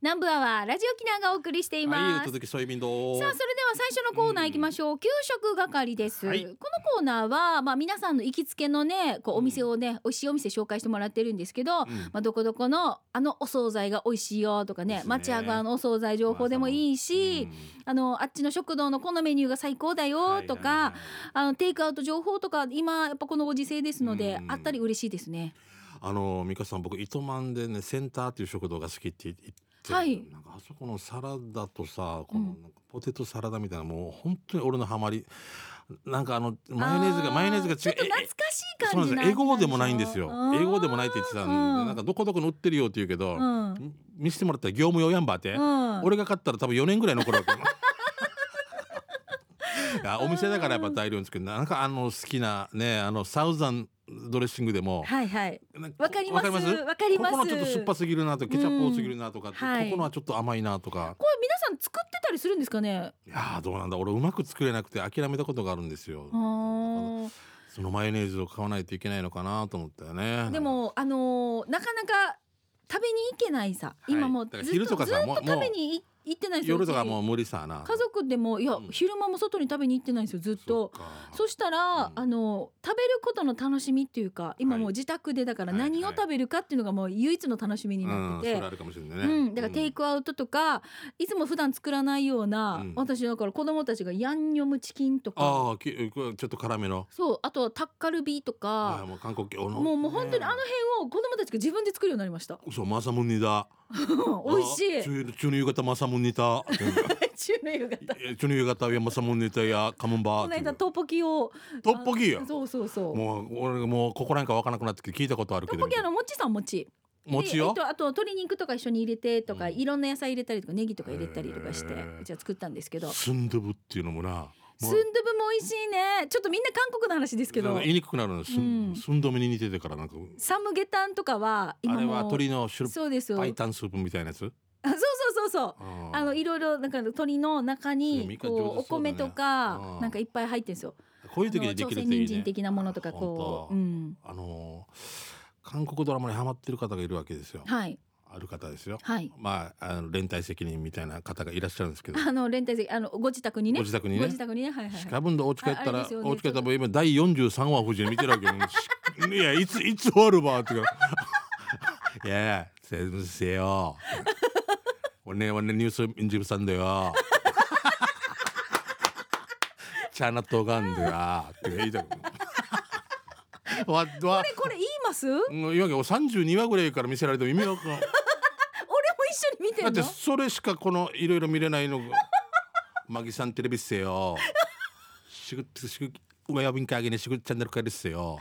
南部アワーラジオキナがお送りしています。 続きソイビンド。 さあそれでは最初のコーナー行きましょう。給食係です、このコーナーは、皆さんの行きつけのねお店をね、美味しいお店紹介してもらってるんですけど、どこどこのお惣菜が美味しいよとかね、町屋側のお惣菜情報でもいいし、あっちの食堂のこのメニューが最高だよとか、テイクアウト情報とか、今やっぱこのご時世ですので、あったり嬉しいですね。 美香さん、僕糸満でねセンターっていう食堂が好きって言って、なんかあそこのサラダとさ、このなんかポテトサラダみたいな、もう本当に俺のハマり。なんかマヨネーズがちょっと懐かしい感じ。 そうなんです。英語でもないんですよ。英語でもないって言ってたんで、なんかどこどこの売ってるよって言うけど、見せてもらったら業務用やんばって、俺が買ったら多分4年ぐらい残るわけ。いやお店だからやっぱ大量に作る。なんか好きなね、サウザンドレッシングでも、 わかります。 ここのちょっと酸っぱすぎるなとか、ケチャップ多すぎるなとか、ここのはちょっと甘いなとか。 これ皆さん作ってたりするんですかね。 いやどうなんだ、俺うまく作れなくて諦めたことがあるんですよ。そのマヨネーズを買わないといけないのかなと思ったよね。 でもなかなか食べに行けないさ、今もずっと食べに行ってないんですよ。 夜とかもう無理さな。 家族でも昼間も外に食べに行ってないんですよ、ずっと。そしたら、食べることの楽しみっていうか、今もう自宅でだから何を食べるかっていうのがもう唯一の楽しみになってて、 それあるかもしれないね。 だからテイクアウトとか、いつも普段作らないような、私だから子供たちがヤンニョムチキンとか、 ちょっと辛めの、 そう、あとはタッカルビとか、 もう韓国のもう本当に辺を子供たちが自分で作るようになりました。 そう、マサムニだ。 美味しい。 中の夕方マサムニタ。 中の夕方。 中の夕方やマサムニタやカムンバー。 この間トッポギを。 トッポギよ。 そう。 もう俺もうここなんか分からなくなって聞いたことあるけど。 トッポギもちさんもち。 もちよ。 あと鶏肉とか一緒に入れてとか、いろんな野菜入れたりとかネギとか入れたりとかして、じゃあ作ったんですけど。 スンドゥブっていうのもな。 スンドゥブも美味しいね。ちょっとみんな韓国の話ですけど、 言いにくくなるの。スンドゥブに似ててからなんか。 サムゲタンとかは今もあれは鶏のシュルそうですよ。 パイタンスープみたいなやつ。 そういろいろなんか鶏の中にこうお米とかなんかいっぱい入ってるんですよ。 こういう時にできるといいね。 人参的なものとかこう、 韓国ドラマにハマってる方がいるわけですよ。ある方ですよ。連帯責任みたいな方がいらっしゃるんですけど、 連帯責任ご自宅にね。 しかもお家帰ったら今第43話夫人見てるわけよ。いやいつ終わるばっていうか。いや先生よ。俺ねニュースインジブさんだよ。チャーナットガンだよって言いたく。 これ言います？ 今32話ぐらいから見せられても意味わかんない。 俺も一緒に見てるの？ だってそれしかこのいろいろ見れないの。マギさんテレビっせよ。親分かげねチャンネルかですよ。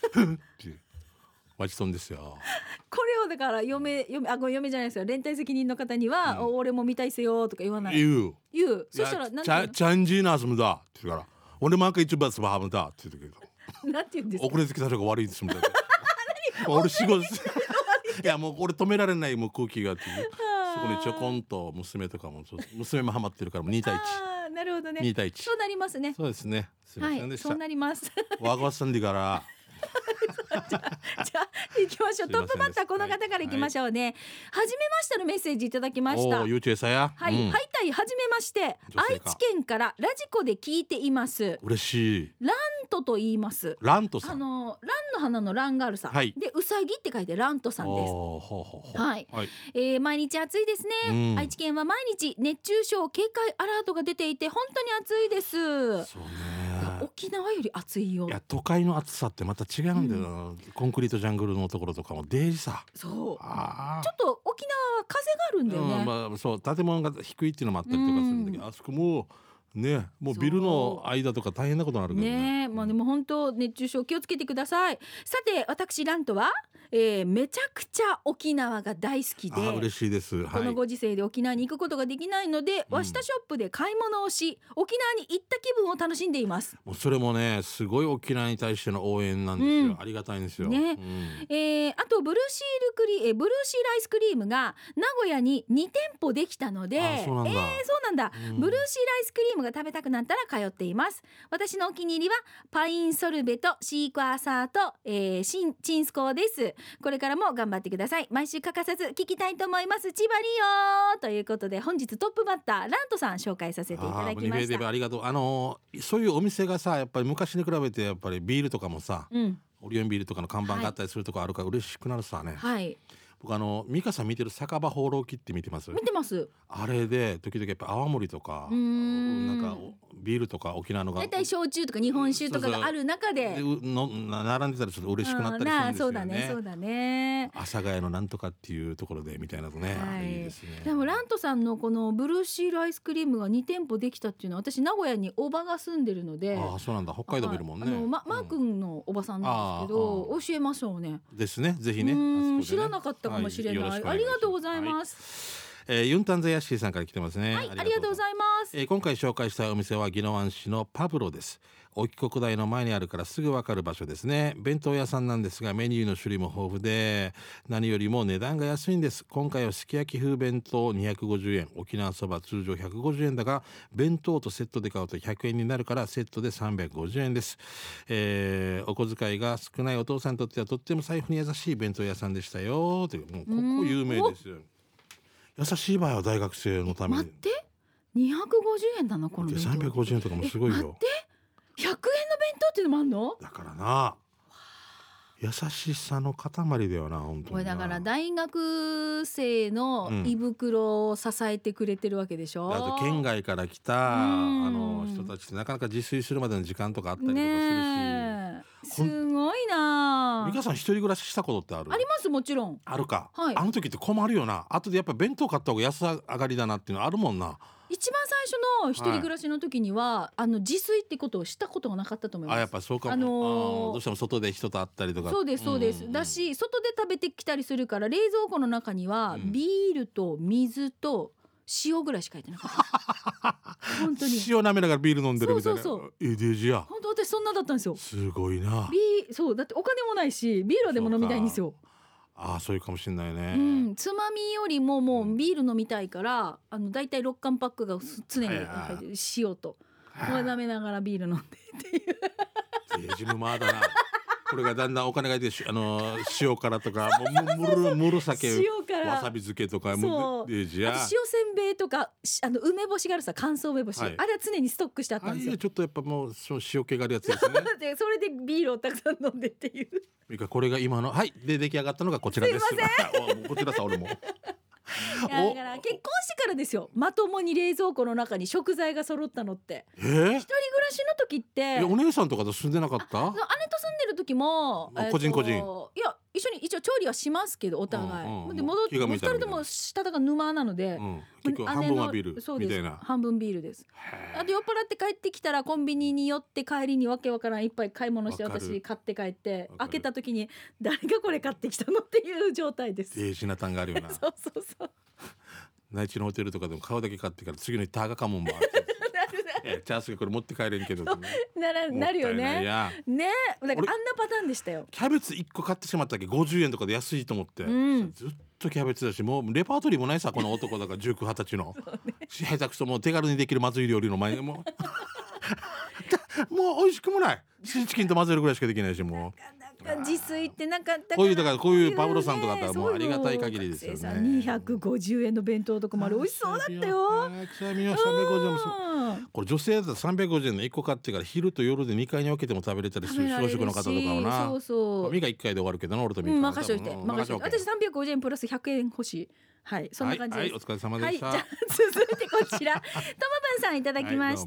マジソンですよ。 これをだから嫁じゃないですよ。連帯責任の方には、俺も見たいせよとか言わない。 言う。 そしたらなんてチャンジーナースムだって言うから、俺マーカー一番スバハムだって言うけど。 なんて言うんですか。 遅れてきた人が悪いですみたいな。俺仕事。いやもう俺止められないもう空気があって、そこにちょこんと娘とかも娘もハマってるからもう2対1。 なるほどね。 2対1。 そうなりますね。 そうですね。すみませんでした。 そうなります。 ワゴさんでから。 じゃあ行きましょう。トップバッターこの方から行きましょうね。はじめましてのメッセージいただきました。 ゆうちえさや。 はい、はじめまして。愛知県からラジコで聞いています。 嬉しい。 ラントと言います。 ラントさん。 ランの花のランガールさん。でうさぎって書いてラントさんです。はい。毎日暑いですね。愛知県は毎日熱中症警戒アラートが出ていて本当に暑いです。 そうね。 沖縄より暑いよ。 いや都会の暑さってまた違うんだよ。コンクリートジャングルのところとかもデージさ。 そう。ちょっと沖縄は風があるんだよね。 そう建物が低いっていうのもあったりとかするんだけど、あそこもね、もうビルの間とか大変なことになるからね。 でも本当熱中症気をつけてください。さて私ラントは、めちゃくちゃ沖縄が大好きで、 嬉しいです。 このご時世で沖縄に行くことができないので、和下ショップで買い物をし沖縄に行った気分を楽しんでいます。 もうそれもねすごい沖縄に対しての応援なんですよ。ありがたいんですよ。 ね。あとブルーシーライスクリームが名古屋に2店舗できたので、そうなんだ。ブルーシーライスクリームムが食べたくなったら通っています。私のお気に入りはパインソルベとシークワーサーと、チンスコーです。これからも頑張ってください。毎週欠かさず聞きたいと思います。千葉リオということで、本日トップバッターラントさん紹介させていただきました。 ありがとう。そういうお店がさ、やっぱり昔に比べてやっぱりビールとかもさ、オリオンビールとかの看板があったりするとこあるから嬉しくなるさね。 はい。 僕美香さん見てる酒場放浪記って見てます？ 見てます。 あれで時々やっぱ泡盛とかなんかビールとか沖縄のが大体焼酎とか日本酒とかがある中で並んでたりすると嬉しくなったりするんですよね。 そうだね。 阿佐ヶ谷のなんとかっていうところでみたいなとね、 はい、 いいですね。 でもラントさんのこのブルーシールアイスクリームが2店舗できたっていうのは、私名古屋におばが住んでるので。 ああ、そうなんだ。北海道もいるもんね。 マー君のおばさんなんですけど、教えましょうね。 ですね、ぜひね。 知らなかったかもしれない。ありがとうございます。 ユンタンザヤッシーさんから来てますね。 はい、ありがとうございます。 今回紹介したお店は宜野湾市のパブロです。沖国大の前にあるからすぐわかる場所ですね。弁当屋さんなんですが、メニューの種類も豊富で何よりも値段が安いんです。今回はすき焼き風弁当250円、沖縄そば通常150円だが、弁当とセットで買うと100円になるからセットで350円です。お小遣いが少ないお父さんにとってはとっても財布に優しい弁当屋さんでしたよという、もうここ有名ですよ。優しい場合は大学生のために。 待って、250円だなこの弁当。 350円とかもすごいよ。 待って、100円の弁当っていうのもあんの？ だからな、優しさの塊だよな、本当に。 これだから大学生の胃袋を支えてくれてるわけでしょ。 あと県外から来た人たちってなかなか自炊するまでの時間とかあったりとかするし、 すごいな。 美香さん一人暮らししたことってある？ あります、もちろん。 あるか、 はい、 あの時って困るよな。後でやっぱ弁当買った方が安上がりだなっていうのあるもんな。 一番最初の一人暮らしの時には、自炊ってことをしたことがなかったと思います。 やっぱそうかも。どうしても外で人と会ったりとか。 そうですそうです、だし外で食べてきたりするから、冷蔵庫の中にはビールと水と塩ぐらいしか入ってなかった本当に塩舐めながらビール飲んでるみたいな。 そうデジや。 本当私そんなだったんですよ。 すごいな。 そうだってお金もないしビールでも飲みたいんですよ。 そういうかもしれないね。 つまみよりももうビール飲みたいから、だいたい6缶パックが常に入ってる、塩と舐めながらビール飲んでっていうデジムマーだなこれがだんだんお金が出て塩辛とかむる酒、わさび漬けとかデジや。 塩せんべいとか梅干しがあるさ、乾燥梅干し、あれは常にストックしてあったんですよ。 ちょっとやっぱもう塩気があるやつですねでそれでビールをたくさん飲んでっていう。 これが今ので出来上がったのがこちらです。 すいませんこちらさ俺もだから結婚してからですよ、まともに冷蔵庫の中に食材が揃ったのって。一人暮らしの時ってお姉さんとかと住んでなかった？ 姉と住んでる時も個人いや一緒に一応調理はしますけど、お互い、で戻って2人とも下が沼なので、 結構半分はビールみたいな。 半分ビールです。あと酔っ払って帰ってきたらコンビニに寄って帰りにわけわからんいっぱい買い物して、私買って帰って開けた時に誰がこれ買ってきたのっていう状態です。 シナタンがあるよなそう内地のホテルとかでも買うだけ買ってから次の日タガカモンもあってチャンスがこれ持って帰れんけど、 なるよね。だからあんなパターンでしたよ。 キャベツ1個買ってしまったっけ、50円とかで安いと思って、ずっとキャベツだし、もうレパートリーもないさこの男だから19、20歳の下手くそもう手軽にできるまずい料理の前にもう美味しくもないシーチキンと混ぜるぐらいしかできないし、もう自炊ってなかったから、 こういうパブロさんとかだったらもうありがたい限りですよね。 250円の弁当とかもあれ美味しそうだったよ。 これ女性だったら350円の1個買ってから昼と夜で2回に分けても食べれたりする小食の方とかはな。ミカ1回で終わるけどな、俺とミカ任しといて私350円プラス100円欲しい。はい、そんな感じです。 お疲れ様でした。 じゃあ続いてこちらともぶんさんいただきました。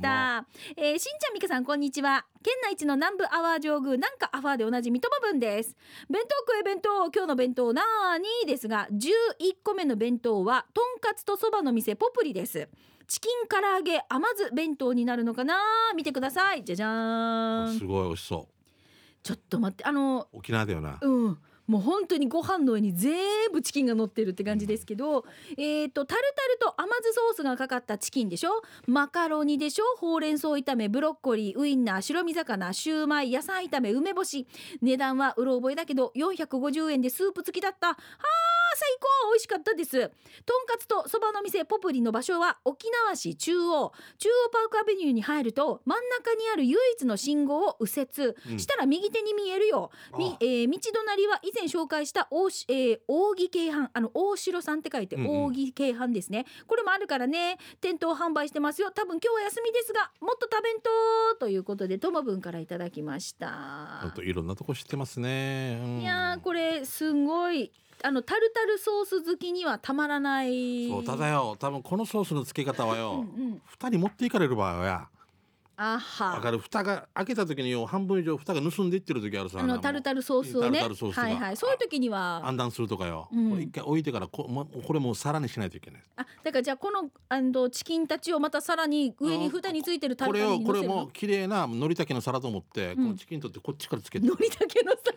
しんちゃんみかさんこんにちは。県内一の南部アワー上宮なんかアワーでおなじみともぶんです。弁当食え弁当、今日の弁当なーにですが、11個目の弁当はとんかつとそばの店ポプリです。チキン唐揚げ甘酢弁当になるのかな、見てください。じゃじゃーん。 すごい美味しそう。 ちょっと待って、 沖縄だよな。 もう本当にご飯の上に全部チキンが乗ってるって感じですけど、タルタルと甘酢ソースがかかったチキンでしょ、マカロニでしょ、ほうれん草炒め、ブロッコリー、ウインナー、白身魚、シューマイ、野菜炒め、梅干し。値段はうろ覚えだけど450円でスープ付きだった。 最高美味しかったです。とんかつとそばの店ポプリの場所は沖縄市中央パークアベニューに入ると真ん中にある唯一の信号を右折、したら右手に見えるよ。道隣は以前紹介した扇京阪、大城さんって書いて扇京阪ですね。これもあるからね、店頭販売してますよ。多分今日は休みですがもっと食べんということでともぶんからいただきました。 ほんといろんなとこ知ってますね、 いやこれすごいタルタルソース好きにはたまらない。 そうただよ、多分このソースの付け方はよ蓋に持っていかれる場合はやあはわかる。蓋が開けた時によ半分以上蓋が盗んでいってる時あるさ、 タルタルソースをね、 タルタルソースがはいはい、そういう時には暗断するとかよ、これ一回置いてからこれもう皿にしないといけない。 だからじゃあこのチキンたちをまたさらに上に蓋についてるタルタルに乗せるの。 これも綺麗なのりたけの皿と思って、このチキン取ってこっちからつけて、 のりたけの皿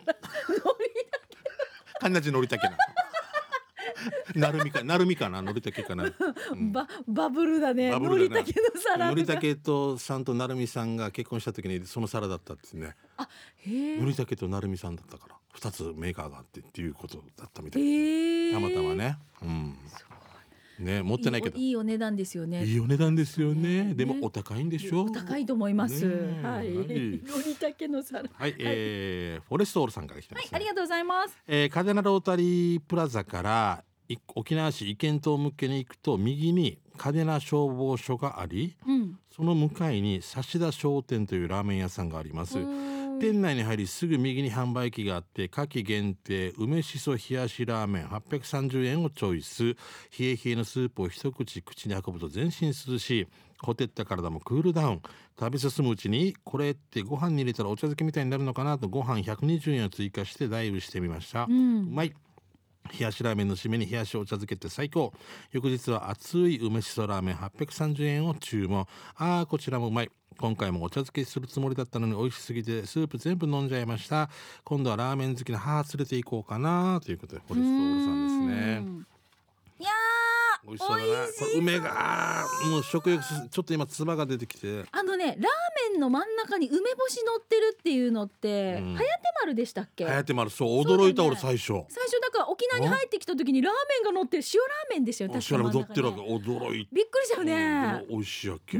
かんなじのりたけななるみかなのりたけかな、 バブルだね。のりたけの皿のりたけとさんとなるみさんが結婚した時にその皿だったってね。のりたけとなるみさんだったから2つメーカーがあってっていうことだったみたい、たまたまね、ね、持ってないけどいいお値段ですよね。 いいお値段ですよね。でもお高いんでしょう。 お高いと思います。はい。 のりたけの皿。 はい、フォレストオールさんから来てますね。 ありがとうございます。 カデナロータリープラザから沖縄市意見島向けに行くと右にカデナ消防署があり、その向かいに刺田商店というラーメン屋さんがあります。店内に入りすぐ右に販売機があって、夏季限定梅しそ冷やしラーメン830円をチョイス。冷え冷えのスープを一口口に運ぶと全身涼しい。ほてった体もクールダウン。食べ進むうちにこれってご飯に入れたらお茶漬けみたいになるのかなとご飯120円を追加してダイブしてみました。うまい。冷やしラーメンの締めに冷やしお茶漬けって最高。翌日は熱い梅しそラーメン830円を注文。こちらもうまい。今回もお茶漬けするつもりだったのに美味しすぎてスープ全部飲んじゃいました。今度はラーメン好きな母連れて行こうかなということでフォレストオールさんですね。 いや美味しそうだな。これ梅がもう食欲ちょっと今唾が出てきて、 ラーメンの真ん中に梅干し乗ってるっていうのって、はやて丸でしたっけ。 はやて丸、そう驚いた俺最初だから沖縄に入ってきた時にラーメンが乗ってる塩ラーメンですよ。 確かに乗ってるわけ、驚いてびっくりしたよね。 美味しいやっけ。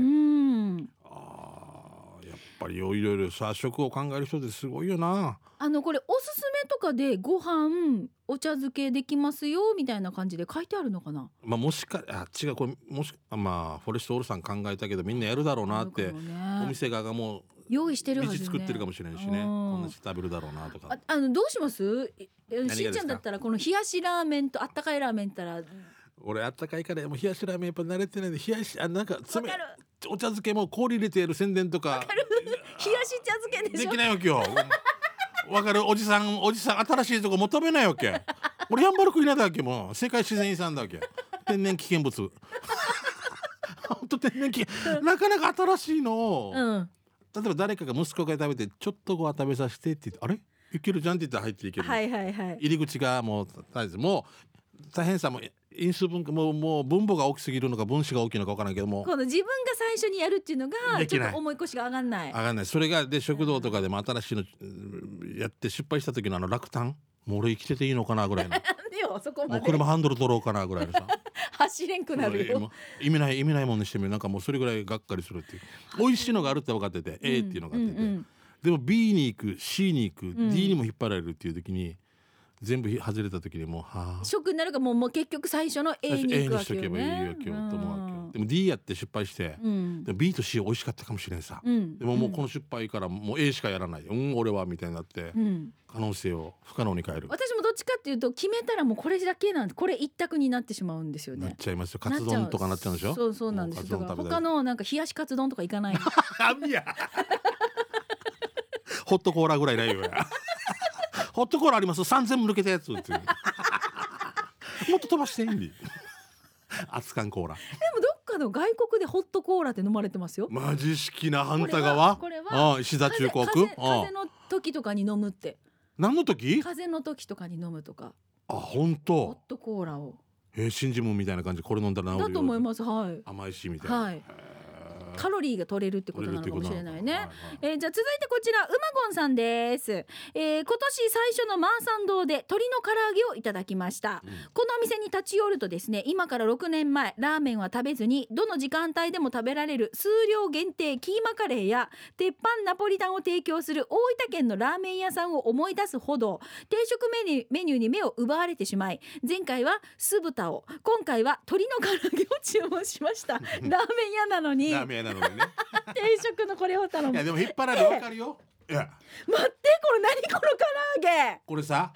やっぱりいろいろさ食を考える人ってすごいよな。 これおすすめとかでご飯お茶漬けできますよみたいな感じで書いてあるのかな。 もしか違うこれもしフォレストオールさん考えたけどみんなやるだろうなって、お店側がもう用意してるはずね。 道作ってるかもしれないしね、こんな食べるだろうなとか。 どうします？しんちゃんだったらこの冷やしラーメンとあったかいラーメンったら。 俺あったかいからもう冷やしラーメンやっぱ慣れてないんで、冷やしなんかお茶漬けも氷入れてやる宣伝とか冷やし茶漬けでしょ。 できないわけよわかる。おじさん新しいとこ求めないわけ俺ヤンバルクイナだわけ、もう世界自然遺産だわけ天然危険物本当天然危険なかなか新しいのを、例えば誰かが息子が食べてちょっとご飯食べさせてって言ってあれいけるじゃんって言って入っていける、入り口がもう大変さも因数分もう分母が大きすぎるのか分子が大きいのか分からないけども、 この自分が最初にやるっていうのがちょっと重い腰が上がんないそれがで食堂とかでも新しいのやって失敗した時の落胆、もう俺生きてていいのかなぐらいのそこまでもう車ハンドル取ろうかなぐらいのさ走れんくなるよ。 意味ないもんにしてみる。なんかもうそれぐらいがっかりするっていう。美味しいのがあるって分かってて、A っていうのがあってて、でも B に行く C に行く、D にも引っ張られるっていう時に全部外れた時にもうショックになるかもう結局最初の A に行くわけよね。 A にしとけばいいわけよと思うわけよ。でも D やって失敗して、でも B と C 美味しかったかもしれんさ、でももうこの失敗からもう A しかやらない、俺はみたいになって、可能性を不可能に変える。私もどっちかっていうと決めたらもうこれだけなんで、これ一択になってしまうんですよね。 なっちゃいますよ。カツ丼とかなっちゃうんでしょ。 そうなんですよ。だから他のなんか冷やしカツ丼とかいかないホットコーラぐらいないよやホットコーラあります3000も抜けたやつってもっと飛ばしていいんで熱燗コーラ。でもどっかの外国でホットコーラって飲まれてますよ。 マジ式な反対側。これは石田中国風の時とかに飲むって。 何の時？ 風の時とかに飲むとか。 本当。 ホットコーラを信じもんみたいな感じでこれ飲んだら治るよだと思います。はい。 甘いしみたいな。 カロリーが取れるってことなのかもしれないね。 はいはいじゃあ続いてこちらうまごんさんです。今年最初のマーサン堂で鶏の唐揚げをいただきました、このお店に立ち寄るとですね、今から6年前ラーメンは食べずにどの時間帯でも食べられる数量限定キーマカレーや鉄板ナポリタンを提供する大分県のラーメン屋さんを思い出すほど定食メニューに目を奪われてしまい、前回は酢豚を、今回は鶏の唐揚げを注文しましたラーメン屋なのにラーメン屋なのにね定食のこれを頼む。 いやでも引っ張られわかるよ。いや待って、これ何この唐揚げ。 これさ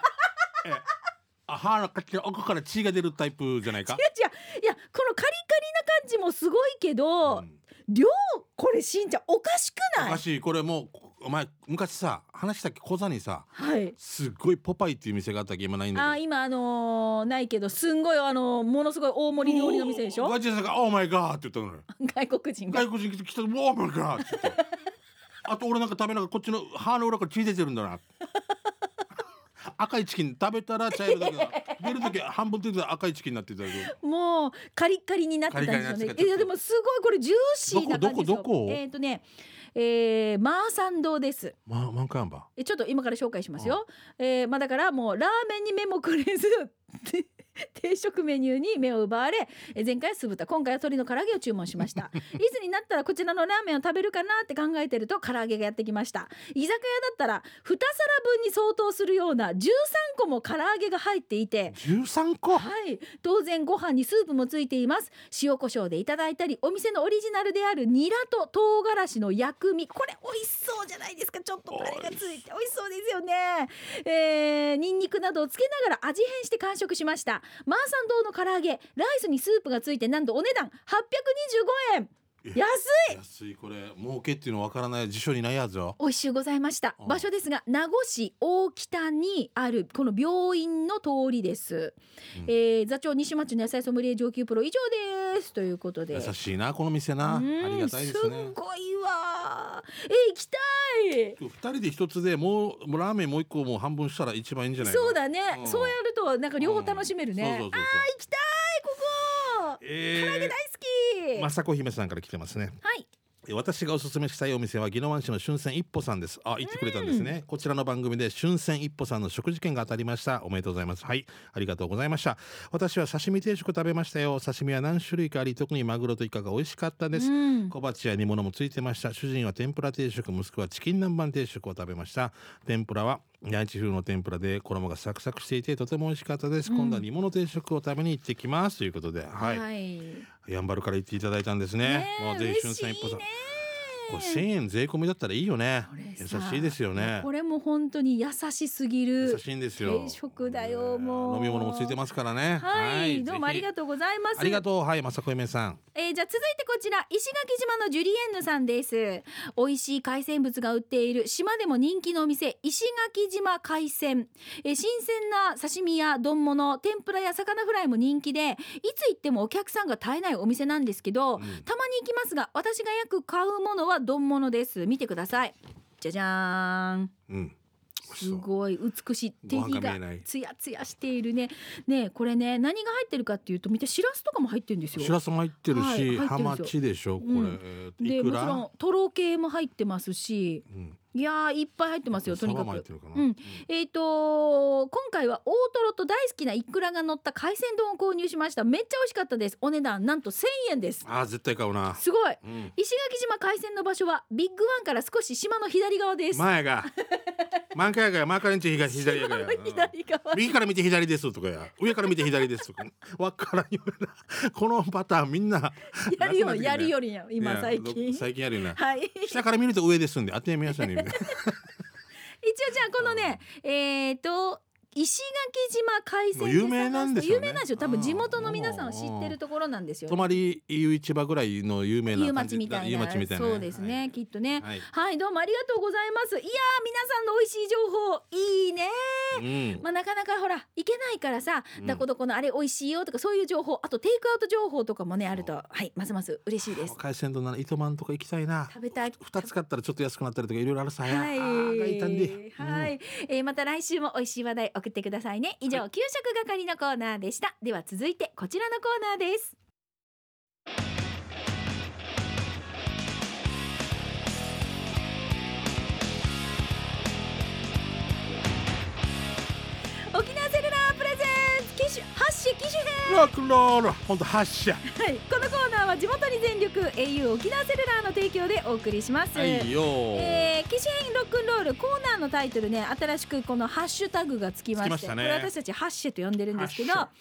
歯の形の奥から血が出るタイプじゃないか。 違う違う、いやこのカリカリな感じもすごいけど、量これしんちゃんおかしくない？ おかしい。これもうお前昔さ話したっけ、小座にさ、 はい、 すっごいポパイっていう店があったっけ、今ないんだけど。 今ないけど、すんごいものすごい大盛り料理の店でしょ。 ガチでさ、オーマイガーって言ったのよ外国人来たオーマイガーって言ってあと俺なんか食べながらこっちの歯の裏から血出てるんだな赤いチキン食べたら茶色だけど出るとき半分出て赤いチキンになってたけど、もうカリッカリになってたんですよね。いやでもすごいこれジューシーな感じですよ。 どこマーサン堂です。 マンカンバちょっと今から紹介しますよ。だからもうラーメンに目もくれず定食メニューに目を奪われ、前回は酢豚、今回は鶏の唐揚げを注文しましたいつになったらこちらのラーメンを食べるかなって考えてると唐揚げがやってきました。居酒屋だったら2皿分に相当するような13個も唐揚げが入っていて、 13個、 はい、当然ご飯にスープもついています。塩コショウでいただいたり、お店のオリジナルであるニラと唐辛子の薬味、これ美味しそうじゃないですか。ちょっとタレがついて美味しそうですよね。ニンニクなどをつけながら味変して完食しました。マーサン堂の唐揚げ、ライスにスープがついてなんとお値段825円。安い。これ儲けっていうのわからない、辞書にないやつよ。 美味しゅうございました。場所ですが名護市大北にあるこの病院の通りです、座長西町の野菜ソムリエ上級プロ以上ですということで、 優しいなこの店な、ありがたいですね。 すごいわ。行きたい。 2人で1つでもうラーメンもう1個も半分したら一番いいんじゃないか。 そうだね、そうやるとなんか両方楽しめるね。 そう行きたいここ。唐揚げ大好き。 雅子姫さんから来てますね。 はい、 私がおすすめしたいお店は宜野湾市の春泉一歩さんです。言ってくれたんですね。こちらの番組で春泉一歩さんの食事券が当たりました。おめでとうございます。はい、ありがとうございました。私は刺身定食食べましたよ。刺身は何種類かあり、特にマグロとイカが美味しかったです。小鉢や煮物もついてました。主人は天ぷら定食、息子はチキン南蛮定食を食べました。天ぷらは内地風の天ぷらで衣がサクサクしていてとても美味しかったです。今度は煮物定食を食べに行ってきますということで、やんばるから言っていただいたんですね。もうぜひ春泉一歩さん、1000円税込みだったらいいよね。優しいですよね。 これも本当に優しすぎる優しいんですよ。 定食だよ。もう飲み物もついてますからね。 はい、どうもありがとうございます。 ありがとう。はい、雅子姫さん。 じゃあ続いてこちら石垣島のジュリエンヌさんです。美味しい海鮮物が売っている島でも人気のお店、石垣島海鮮。新鮮な刺身や丼物、天ぷらや魚フライも人気で、いつ行ってもお客さんが絶えないお店なんですけど、たまに行きますが私がよく買うものは丼物です。見てください。じゃじゃーん。すごい美しい、手火がツヤツヤしているね。ね、これね、何が入ってるかっていうと、見てしらすとかも入ってるんですよ。 しらすも入ってるし、ハマチでしょこれ、 でもちろんトロ系も入ってますし、いやいっぱい入ってますよ。とにかく今回は大トロと大好きなイクラが乗った海鮮丼を購入しました。めっちゃ美味しかったです。お値段なんと1000円です。 絶対買うな。すごい、石垣島海鮮の場所はビッグワンから少し島の左側です。 前が満開がマーカレンチ左が右から見て左ですとかや、上から見て左ですとかわからんよな。このパターンみんなやるよりや今最近やるよな。 はい、 下から見ると上ですんで当てみやすいね。 一応じゃあこのね石垣島海鮮有名なんですよね。 有名なんですよ。多分地元の皆さんは知ってるところなんですよ、ね。 泊湯市場ぐらいの有名な湯町みたいな。そうですね、はい、きっとね、はい、どうもありがとうございます。いや皆さんの美味しい情報いいね、なかなかほら行けないからさ、どこのあれ美味しいよとかそういう情報、あとテイクアウト情報とかもねあると、はい、ますます嬉しいです。 海鮮丼なら糸満とか行きたいな。 食べたい。 2つ買ったらちょっと安くなったりとかいろいろあるさや。 はい、また来週も美味しい話題送ってくださいね。以上、給食係のコーナーでした。では続いてこちらのコーナーです。 沖縄セルラープレゼンツ機種発車機種編。 ロックンロール本当発射。 はい、このコーナーは地元に全力 au 沖縄セルラーの提供でお送りします。 はいよ、 機種編ロックンロールコーナーのタイトルね、新しくこのハッシュタグがつきまして、 ね、 これ私たちハッシュと呼んでるんですけど、はい、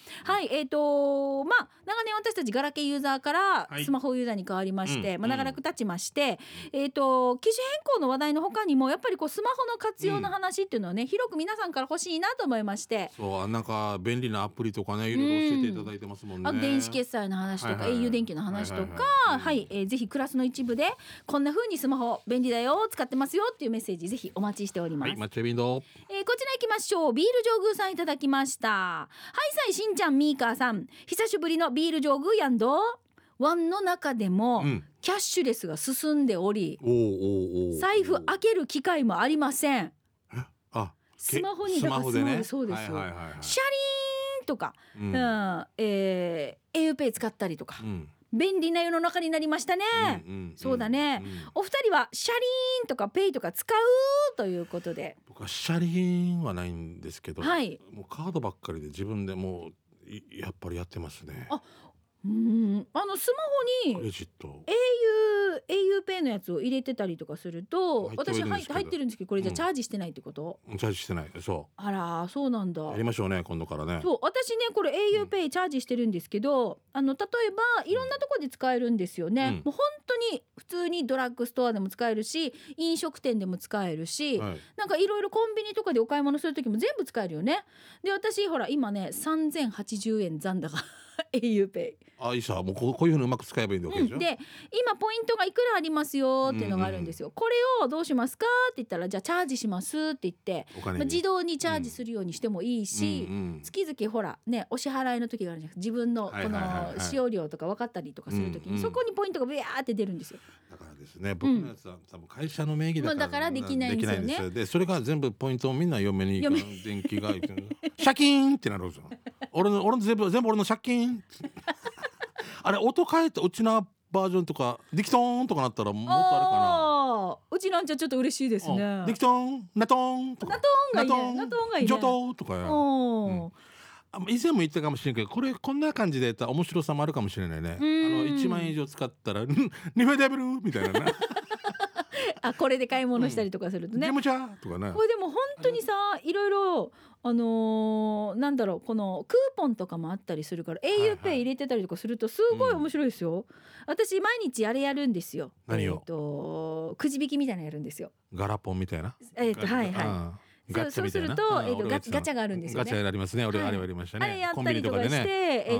長年私たちガラケーユーザーからスマホユーザーに変わりまして、長らく経ちまして、機種変更の話題の他にもやっぱりこうスマホの活用の話っていうのをね、広く皆さんから欲しいなと思いまして、 そうなんか便利なアプリとかね、いろいろ教えていただいてますもんね。 電子決済の話とか、au 電気の話とか、ぜひクラスの一部でこんな風にスマホ便利だよ使ってますよっていうメッセージぜひお待ちしております。 はい、抹茶ビンド、 こちら行きましょう。ビール上宮さんいただきました。はいさいしんちゃんみーかーさん、久しぶりのビール上宮やんど。ワンの中でもキャッシュレスが進んでおり、財布開ける機会もありません。スマホにだからスマホでそうですよ、シャリーンとか、auPay 使ったりとか、便利な世の中になりましたね。そうだね、お二人はシャリーンとかペイとか使うということで。 僕はシャリーンはないんですけど、 はい、 もうカードばっかりで自分でもうやっぱりやってますね。 スマホにクレジット auPay のやつを入れてたりとかすると、私入ってるんですけど、これじゃチャージしてないってこと？ チャージしてない。そう。 あら、そうなんだ。 やりましょうね今度からね。 そう、私ねこれ auPay チャージしてるんですけど、例えばいろんなとこで使えるんですよね。もう本当に普通にドラッグストアでも使えるし、飲食店でも使えるし、なんかいろいろコンビニとかでお買い物する時も全部使えるよね。で、私ほら今ね3080円残高auPay。 いいさ、もうこういうふうにうまく使えばいいんだわけでしょ。 で、今ポイントがいくらありますよっていうのがあるんですよ。これをどうしますかって言ったら、じゃあチャージしますって言って、自動にチャージするようにしてもいいし、月々ほらね、お支払いの時があるじゃん。自分のこの使用量とか分かったりとかする時に、そこにポイントがビヤーって出るんですよ。 だからですね、僕のやつは多分会社の名義だからできないんですよね。 でそれが全部ポイントをみんな嫁に電気が借金ってなるんですよ。俺の全部俺の借金あれ音変えてうちなバージョンとかディキトーンとかなったらもっとあるかな。うちなんちゃちょっと嬉しいですね。 ディキトーンナトーンとか、 ナトーンがいいね。 ジョトーとかや、以前も言ったかもしれないけど、こんな感じでやったら面白さもあるかもしれないね。1万円以上使ったらニフェデブルみたいなねこれで買い物したりとかするとね、 ゲムチャとかね。 これでも本当にさ、いろいろなんだろう、このクーポンとかもあったりするから auPay 入れてたりとかするとすごい面白いですよ。私毎日あれやるんですよ。 何を？ くじ引きみたいなのやるんですよ。 ガラポンみたいな。 そうするとガチャがあるんですよね。 ガチャありますね。俺あれやりましたね。 あれやったりとかして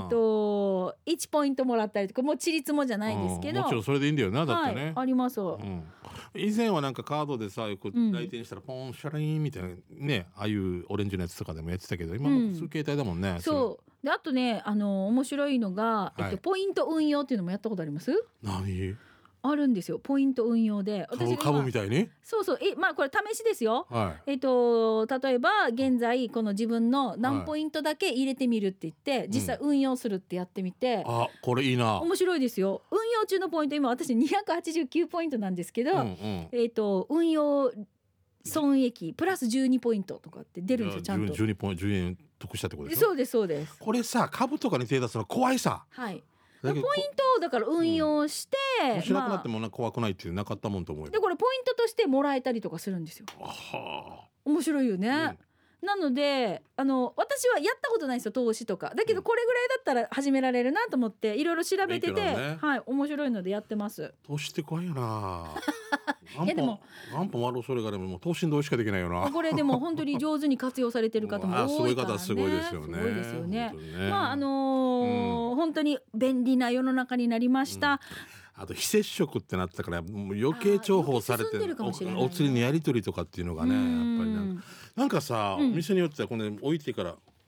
1ポイントもらったりとか、もうちりつもじゃないですけど、 もちろんそれでいいんだよな、だってね。 あります。 以前はなんかカードでさ、よく来店したらポンシャラインみたいなね、ああいうオレンジのやつとかでもやってたけど、今も普通携帯だもんね。 そうで、あとね面白いのがポイント運用っていうのもやったことあります？ 何？ あるんですよ、ポイント運用で。 株みたいに。 そうこれ試しですよ。例えば現在この自分の何ポイントだけ入れてみるって言って、実際運用するってやってみて、 これいいな。 面白いですよ。運用中のポイント今私289ポイントなんですけど、運用損益プラス12ポイントとかって出るんですよ、ちゃんと。 12円得したってことですか？そうです。 これさ、株とかに手出すの怖いさ。ポイントをだから運用して、 しなくなっても怖くないっていうなかったもんと思う。 でこれポイントとしてもらえたりとかするんですよ。面白いよね。なので私はやったことないんですよ、投資とか。だけどこれぐらいだったら始められるなと思っていろいろ調べてて、面白いのでやってます。 投資って怖いよな。 でも何本あるそれがでも投資どうしかできないよな。 これでも本当に上手に活用されてる方も多いからね。 すごいですよね。 すごいですよね。本当に便利な世の中になりました。 あと非接触ってなったからもう余計重宝されてる、お釣りのやり取りとかっていうのがね、やっぱりなんかさ、店によってはこれ置いてから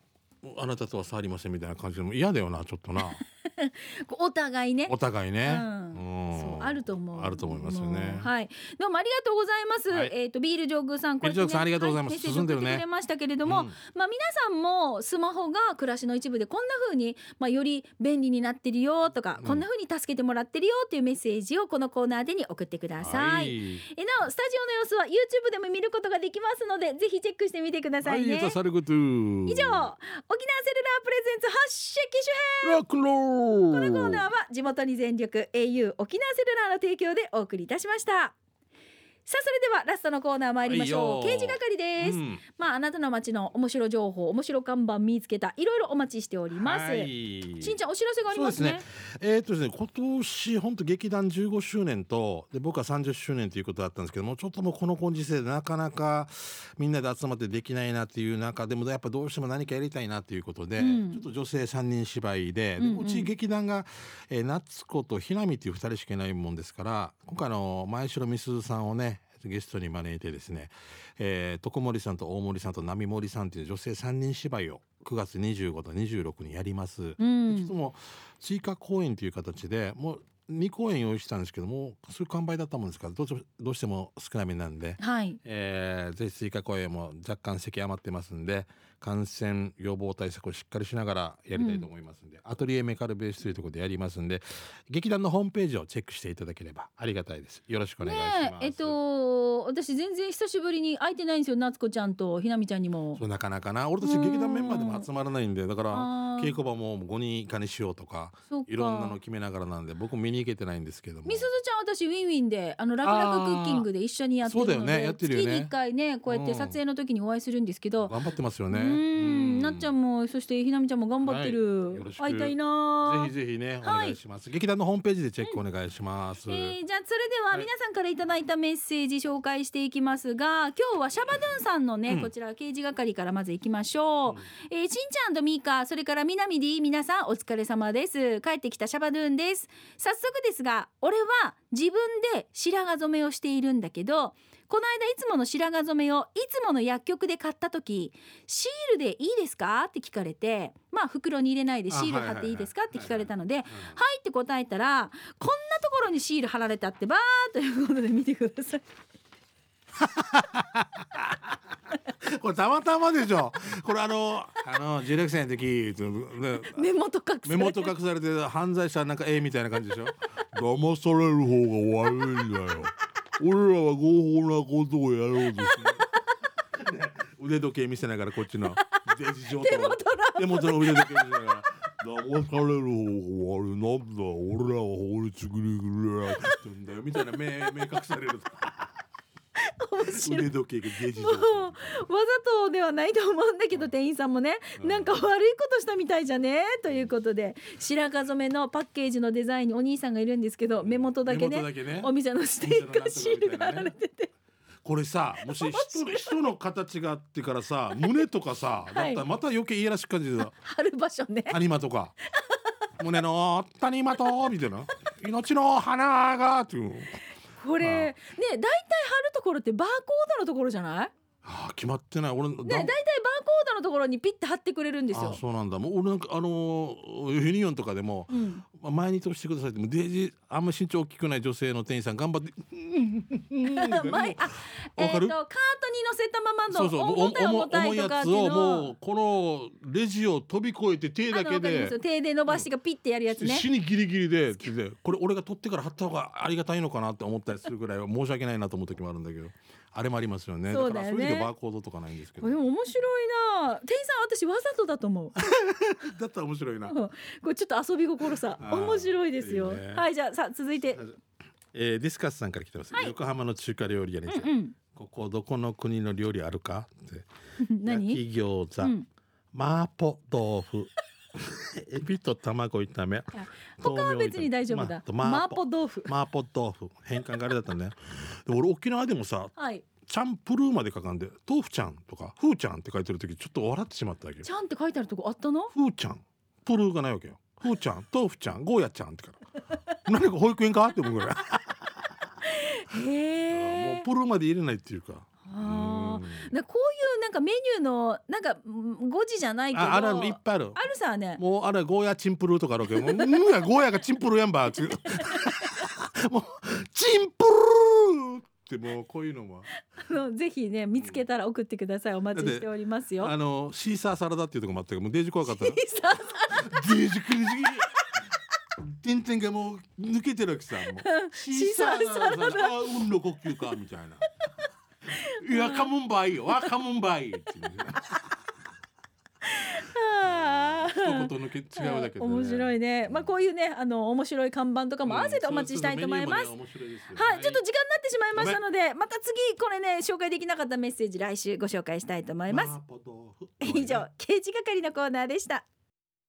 あなたとは触りませんみたいな感じでも嫌だよな、ちょっとなお互いね。 お互いね、 そうあると思う。 あると思いますよね。 はい。どうもありがとうございます。 はい、 ビールジョッグさん、 ビールジョッグさんありがとうございます。 メッセージ送ってくれましたけれども、まあ皆さんもスマホが暮らしの一部でこんな風により便利になってるよとか、こんな風に助けてもらってるよっていうメッセージをこのコーナーでに送ってください。なおスタジオの様子は YouTube でも見ることができますので、ぜひチェックしてみてくださいね。以上、沖縄セルラープレゼンツ発射機種編ロックンロール。このコーナーは地元に全力 au 沖縄セルラーの提供でお送りいたしました。さあそれではラストのコーナー参りましょう。刑事係です、あなたの街の面白情報、面白看板見つけた、いろいろお待ちしております。しんちゃんお知らせがありますね。 ですね、今年本当劇団15周年とで僕は30周年ということだったんですけども、ちょっともうこのご時世でなかなかみんなで集まってできないなっていう中でも、やっぱどうしても何かやりたいなということで、ちょっと女性3人芝居で、うち劇団が、夏子とひなみという2人しかいないもんですから、今回前城美鈴さんをねゲストに招いてですね、徳森さんと大森さんと波森さんという女性3人芝居を9月25と26にやります、ちょっともう追加公演という形でもう2公演用意したんですけども、そういう完売だったもんですからどうしても少なめなんで、ぜひ追加公演も若干席余ってますんで、感染予防対策をしっかりしながらやりたいと思いますんで、アトリエメカルベースというところでやりますんで、劇団のホームページをチェックしていただければありがたいです。よろしくお願いします。 私全然久しぶりに会えてないんですよ、夏子ちゃんとひなみちゃんにも。 そうなかなかな、俺たち劇団メンバーでも集まらないんで、だから稽古場も5人以下にしようとかいろんなの決めながらなんで、僕見に行けてないんですけども、 みすずちゃん私ウィンウィンでラブラブクッキングで一緒にやってるので、 そうだよね、やってるよね、 月に1回ねこうやって撮影の時にお会いするんですけど、 頑張ってますよね。 なっちゃんもそしてひなみちゃんも頑張ってる、よろしく会いたいな。 ぜひぜひねお願いします、劇団のホームページでチェックお願いします。 じゃあそれでは皆さんからいただいたメッセージ紹介していきますが、今日はシャバドゥンさんのね、こちら刑事係からまずいきましょう。しんちゃんとミーカ、それからみなみ D、 皆さんお疲れ様です。帰ってきたシャバドゥンです。早速ですが、俺は自分で白髪染めをしているんだけど、この間いつもの白髪染めをいつもの薬局で買った時、シールでいいですかって聞かれて、袋に入れないでシール貼っていいですかって聞かれたので、はいって答えたら、こんなところにシール貼られてあってばーということで見てくださいこれたまたまでしょ。これ16歳の時目元隠されて犯罪者なんかみたいな感じでしょ。騙される方が悪いんだよ。俺らは合法なことをやろうとして、腕時計見せながらこっちのデジ上手元の腕時計見せながら騙される方が悪い、なんだ俺らは法律グリグリやってんだよみたいな目隠される腕時計がデジ上手。 わざとではないと思うんだけど、店員さんもね、なんか悪いことしたみたいじゃねということで、白髪染めのパッケージのデザインにお兄さんがいるんですけど、目元だけねお店のステッカーシールが貼られてて、 これさ、もし人の形があってからさ、胸とかさだったらまた余計いやらしく感じる。 貼る場所ね、 谷間とか胸の谷間とみたいな命の花がっていうこれね、だいたい貼るところってバーコードのところじゃない？ 決まってない。俺だいたいバーコードのところにピッて貼ってくれるんですよ。 そうなんだ。もう俺なんかユニオンとかでも、前に通してくださいってもデージあんま身長大きくない女性の店員さん頑張ってカートに乗せたままの重いやつをもうこのレジを飛び越えて手だけで手で伸ばしてピッてやるやつね。 死にギリギリでこれ俺が取ってから貼った方がありがたいのかなって思ったりするぐらい申し訳ないなと思う時もあるんだけど、あれもありますよね。 そうだよね。 だからそういう意味でバーコードとかないんですけど。 でも面白いな。店員さん私わざとだと思うだったら面白いなこれちょっと遊び心さ面白いですよ。はい、じゃあ続いてディスカスさんから来てます、横浜の中華料理屋に、ここどこの国の料理あるかって何？ 焼き餃子、麻婆豆腐エビと卵炒め、 他は別に大丈夫だ。麻婆豆腐変換があれだったね。で俺沖縄でもさ、チャンプルーまで書かんで豆腐ちゃんとかフーちゃんって書いてる時ちょっと笑ってしまったわけよ。 ちゃんって書いてあるとこあったの？ フーちゃんプルーがないわけよ。フーちゃん豆腐ちゃんゴーヤちゃんってから何か保育園かって思うぐらいもうプルーまで入れないっていうか。 こういうなんかメニューのなんか5時じゃないけどあれいっぱいある。 あるさね。 もうあれゴーヤチンプルーとかあるけど、もうやゴーヤがチンプルーやんばってもうチンプルーってもうこういうのもぜひね見つけたら送ってください。お待ちしておりますよ。 シーサーサラダっていうとこもあったけど、もうデージ怖かったな。 シーサーサラデージクリジ点々がもう抜けてるわけさ。もうシーサーサラダ運の呼吸かみたいな。いやカモンバイよ、カモンバイって一言の違うだけで、ね、 面白いね。こういうね面白い看板とかも合わせてお待ちしたいと思います。はい、ちょっと時間になってしまいましたので、また次これね紹介できなかったメッセージ来週ご紹介したいと思います。以上刑事係のコーナーでした。